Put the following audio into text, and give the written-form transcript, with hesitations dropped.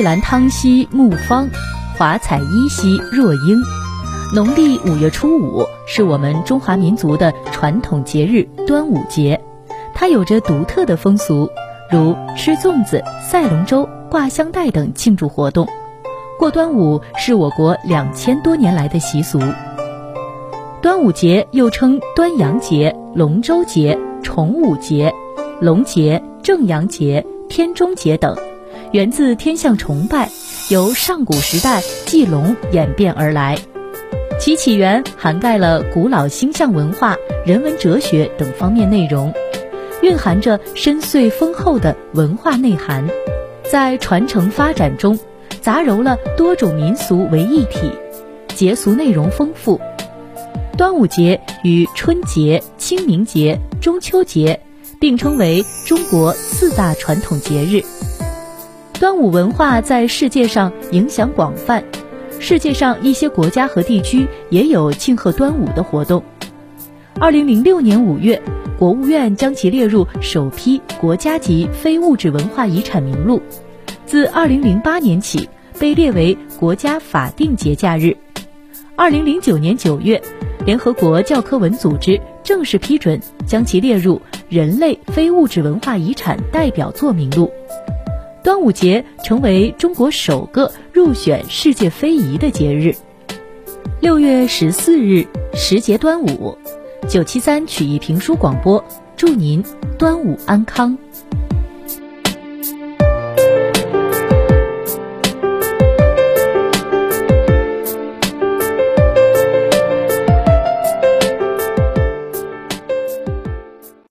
兰汤兮木方，华彩衣兮若鹰。农历5月初5是我们中华民族的传统节日端午节，它有着独特的风俗，如吃粽子、赛龙舟、挂香袋等庆祝活动。过端午是我国2000多年来的习俗。端午节又称端阳节、龙舟节、重午节、龙节、正阳节、天中节等，源自天象崇拜，由上古时代祭龙演变而来。其起源涵盖了古老星象文化、人文哲学等方面内容，蕴含着深邃丰厚的文化内涵，在传承发展中杂糅了多种民俗为一体，节俗内容丰富。端午节与春节、清明节、中秋节并称为中国4大传统节日。端午文化在世界上影响广泛，世界上一些国家和地区也有庆贺端午的活动。2006年5月，国务院将其列入首批国家级非物质文化遗产名录，自2008年起被列为国家法定节假日。2009年9月，联合国教科文组织正式批准将其列入人类非物质文化遗产代表作名录。端午节成为中国首个入选世界非遗的节日。6月14日，时节端午，973曲艺评书广播，祝您端午安康。